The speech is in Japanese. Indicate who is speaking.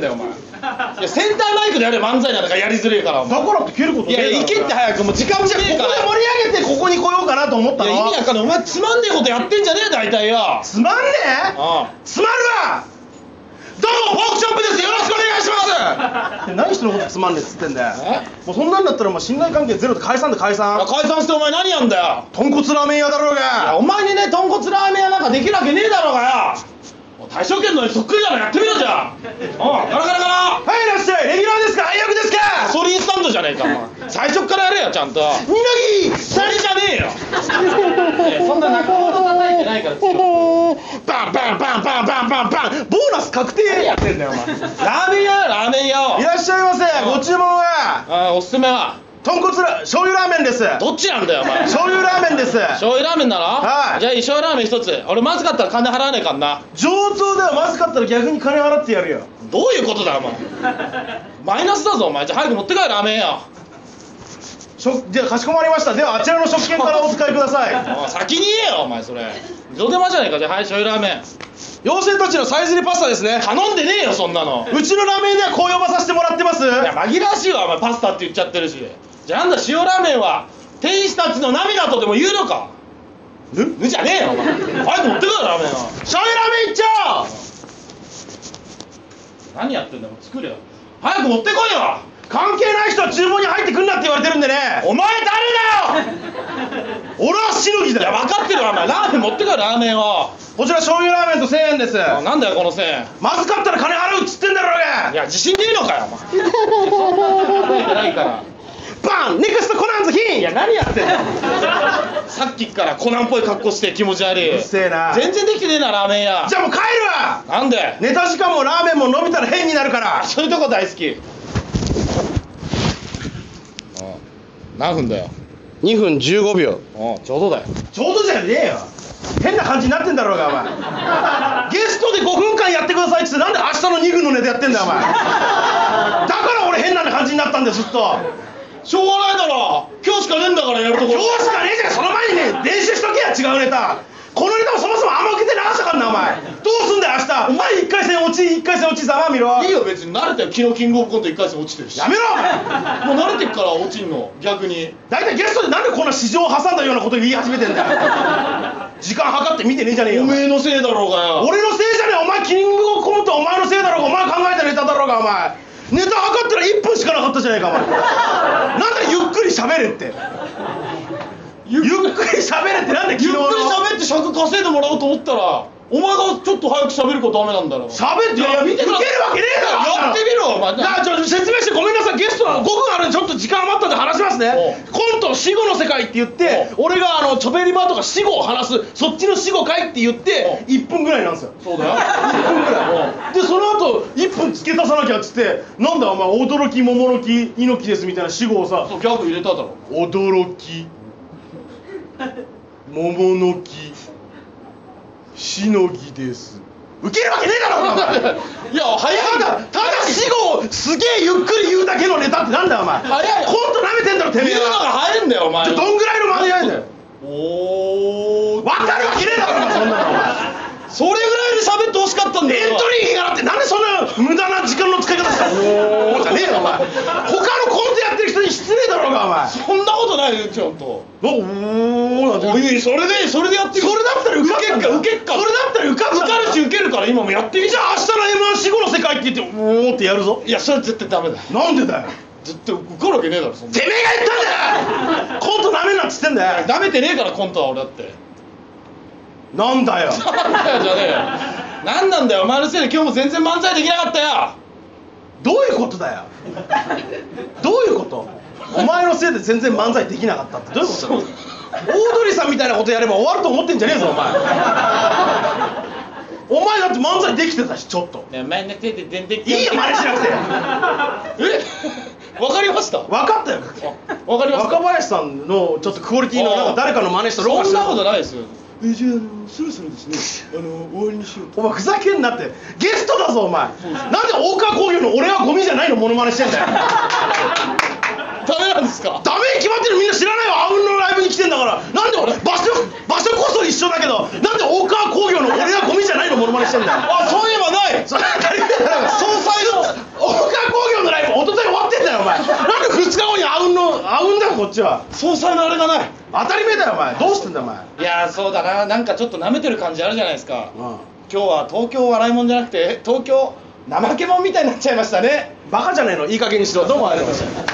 Speaker 1: だよお前。いやセンターマイクでやれ漫才なんだからやりづれえからお前。
Speaker 2: だからって蹴ることねえだろ。
Speaker 1: いや行けって早く、もう時間もねえから。
Speaker 2: ここで盛り上げてここに来ようかなと思ったの。
Speaker 1: いや意味わかんない、お前つまんねえことやってんじゃねえ大体よ。
Speaker 2: つまんねえ。つまるわ。どうもポークチョップです。よろしくお願いします。何人のことつまんねえっつってんだよ。もうそんなんだったら信頼関係ゼロで解散で解散。
Speaker 1: 解散してお前何やんだよ。
Speaker 2: 豚骨ラーメン屋だろうが。
Speaker 1: お前にね豚骨ラーメン屋なんかできるわけねえだろうがよ。大正圏のそっくりだろ、やってみろじゃん。ガラガラガラ。
Speaker 2: はい、いらっしゃい。レギュラーですか、配役ですか。
Speaker 1: ガソリンスタンドじゃねえかお前。最初からやれよちゃんと。
Speaker 2: みなぎ
Speaker 1: それじゃねえよ。そんな泣くほど叩いてないから。
Speaker 2: バンバンバンバンバンバンバン。ボーナス確定。
Speaker 1: 何やってんだよお前。ラーメン屋よラーメン屋を。
Speaker 2: いらっしゃいませ。ご注文は。
Speaker 1: おすすめは
Speaker 2: 豚骨醤油ラーメンです。
Speaker 1: どっちなんだよお前。
Speaker 2: 醤油ラーメンです。
Speaker 1: 醤油ラーメンなの。
Speaker 2: はい。
Speaker 1: じゃあ醤油ラーメン一つ。俺まずかったら金払わねえかんな。
Speaker 2: 上等ではまずかったら逆に金払ってやるよ。
Speaker 1: どういうことだよお前。マイナスだぞお前。じゃあ早く持って帰るラーメン屋。
Speaker 2: じゃあかしこまりました。ではあちらの食券からお使いください。
Speaker 1: 先に言えよお前それ。どでまじゃねえか。じゃあはい醤油ラーメン。
Speaker 2: 妖精たちのさえずりパスタですね。
Speaker 1: 頼んでねえよそんなの。
Speaker 2: うちのラーメンではこう呼ばさせてもらってます。
Speaker 1: いや紛らわしいわお前。パスタって言っちゃってるし。じゃあなんだ塩ラーメンは天使たちの涙とでも言うのか。ぬじゃねえよお前。早く持ってこいよラーメンは。
Speaker 2: 醤油ラーメン一丁。
Speaker 1: 何やってんだよ作れよ。早く持ってこいよ。
Speaker 2: 関係ない人は厨房に入ってくんなって言われてるんでね。
Speaker 1: お前誰だよ。
Speaker 2: 俺はしのぎだよ。
Speaker 1: いや分かってるわお前。ラーメン持ってこいラーメンを。
Speaker 2: こちら醤油ラーメンと1000円です。
Speaker 1: なんだよこの1000円。
Speaker 2: まずかったら金払うっつってんだろうが。
Speaker 1: いや自信ねえのかよお前。そんな叩いてないから。
Speaker 2: バンネクストコナンズヒン。
Speaker 1: いや何やってんだよ。さっきからコナンっぽい格好して気持ち悪い。
Speaker 2: うるせえな。
Speaker 1: 全然できてねえなラーメン屋。
Speaker 2: じゃあもう帰るわ。
Speaker 1: なんで。
Speaker 2: ネタ時間もラーメンも伸びたら変になるから。
Speaker 1: そういうとこ大好き。何分だよ。
Speaker 2: 2分15秒。
Speaker 1: ちょうどだよ。
Speaker 2: ちょうどじゃねえよ。変な感じになってんだろうがお前。ゲストで5分間やってくださいっつってなんで明日の2分のネタやってんだよお前。だから俺変な感じになったんだよずっと。
Speaker 1: しょうがないだろ。今日しかねえんだからやるところ。
Speaker 2: 今日しかねえじゃん。その前にね練習しとけや違うネタ。このネタもそもそもあんま受けてなかったからなお前。どうすんだよ明日。お前1回戦落ち1回戦落ちざまみろ。
Speaker 1: いいよ別に慣れてよ。昨日キングオブコント1回戦落ちてるし。
Speaker 2: やめろお前。
Speaker 1: もう慣れてっから落ちんの逆に。
Speaker 2: 大体ゲストでなんでこんな市場を挟んだようなこと言い始めてんだよ。時間計って見てねえじゃねえよ。
Speaker 1: おめえのせいだろうがよ。
Speaker 2: 俺のせいじゃねえ。お前キングオブコントお前のせいだろうが。お前考えたネタだろうがお前。ネタ測ったら1分しかなかったじゃないかお前。なんだゆっくり喋れって。ゆっくり喋れってなんだ昨日の。
Speaker 1: ゆっくり喋って尺稼いでもらおうと思ったらお前がちょっと早く喋ることダメなんだろ。
Speaker 2: 喋ってよ。
Speaker 1: 見てください。
Speaker 2: 受けるわけねえだろ。
Speaker 1: やってみろお前。
Speaker 2: じゃあちょっと説明してごめんなさい。ゲストは5分あるんでちょっと時間余ったんで話しますね。コント死後の世界って言って俺がチョベリバとか死後を話すそっちの死後かいって言って1分ぐらいなんですよ。
Speaker 1: そうだよ。
Speaker 2: 1分ぐらいでその後1分付け足さなきゃっつってなんだお前驚き桃の木猪木ですみたいな死後をさ
Speaker 1: そうギャグ入れただろ。
Speaker 2: 驚き桃の木しのぎです。受けるわけねえだろお前。
Speaker 1: いや早いんだ。
Speaker 2: ただ死後をすげえゆっくり言うだけのネタってなんだよお前。
Speaker 1: 早い。
Speaker 2: コント舐めてんだろてめえ
Speaker 1: 言うのが
Speaker 2: は。
Speaker 1: 早いんだよお前。
Speaker 2: どんぐらいの間に合いんだよ。
Speaker 1: おー。
Speaker 2: 分かるわけねえだろお前そんなのお前。
Speaker 1: それぐらいで喋ってほしかったんだよ。
Speaker 2: エントリー費がなってなんでそんな無駄な時間の使い方したの。おーじゃねえよお前。他のコントやってる人に失礼だろうがお前。
Speaker 1: そんなことないよちゃんと。
Speaker 2: おーなんて。
Speaker 1: おいそれでやって
Speaker 2: それだったら受かったんだ。
Speaker 1: 受けっか。
Speaker 2: それだったら受かったんだ。
Speaker 1: 受かるし受けるから今もやってみ。
Speaker 2: じゃあ明日の M1 死後の世界って言っておーってやるぞ。
Speaker 1: いやそれ絶対ダメだよ。
Speaker 2: なんでだよ。
Speaker 1: 絶対受かるわけねえだろそんな。
Speaker 2: てめえが言ったんだよ。コントダメなっつってんだよ。
Speaker 1: ダメてねえからコントは俺だって。
Speaker 2: なんだよ。
Speaker 1: なんだよじゃねえよ。なんなんだよお前のせいで今日も全然漫才できなかったよ。
Speaker 2: どういうことだよ。どういうこと。お前のせいで全然漫才できなかったってどういうことだよ。オードリーさんみたいなことやれば終わると思ってんじゃねえぞお前。お前だって漫才できてたしちょっと。
Speaker 1: ねお前のせいで全然。
Speaker 2: いいよ真似しなくて。
Speaker 1: わかりました。
Speaker 2: 分かったよ。
Speaker 1: わかりました。
Speaker 2: 若林さんのちょっとクオリティのなんか誰かの真似したロ
Speaker 1: そんなことないですよ。
Speaker 2: じゃあそろそろですね終わりにしようと。お前ふざけんなって。ゲストだぞお前。なんで大川工業の俺はゴミじゃないのモノマネしてんだよ。
Speaker 1: ダメなんですか。
Speaker 2: ダメに決まってる。みんな知らないわ。あうんのライブに来てんだから。なんで場所こそ一緒だけどなんで大川工業の俺はゴミじゃないのモノマネしてんだよ。
Speaker 1: あそういえばない。
Speaker 2: それ当たり前だろ。
Speaker 1: 総裁の
Speaker 2: こっちは。
Speaker 1: 総裁のあれがない。
Speaker 2: 当たり前だよお前。どうしてんだよお前。
Speaker 1: いやそうだな、なんかちょっと舐めてる感じあるじゃないですか。
Speaker 2: うん。
Speaker 1: 今日は東京笑いもんじゃなくて東京怠けもんみたいになっちゃいましたね。
Speaker 2: バカじゃねえの、いい加減にしろ。どうもありがとうございました。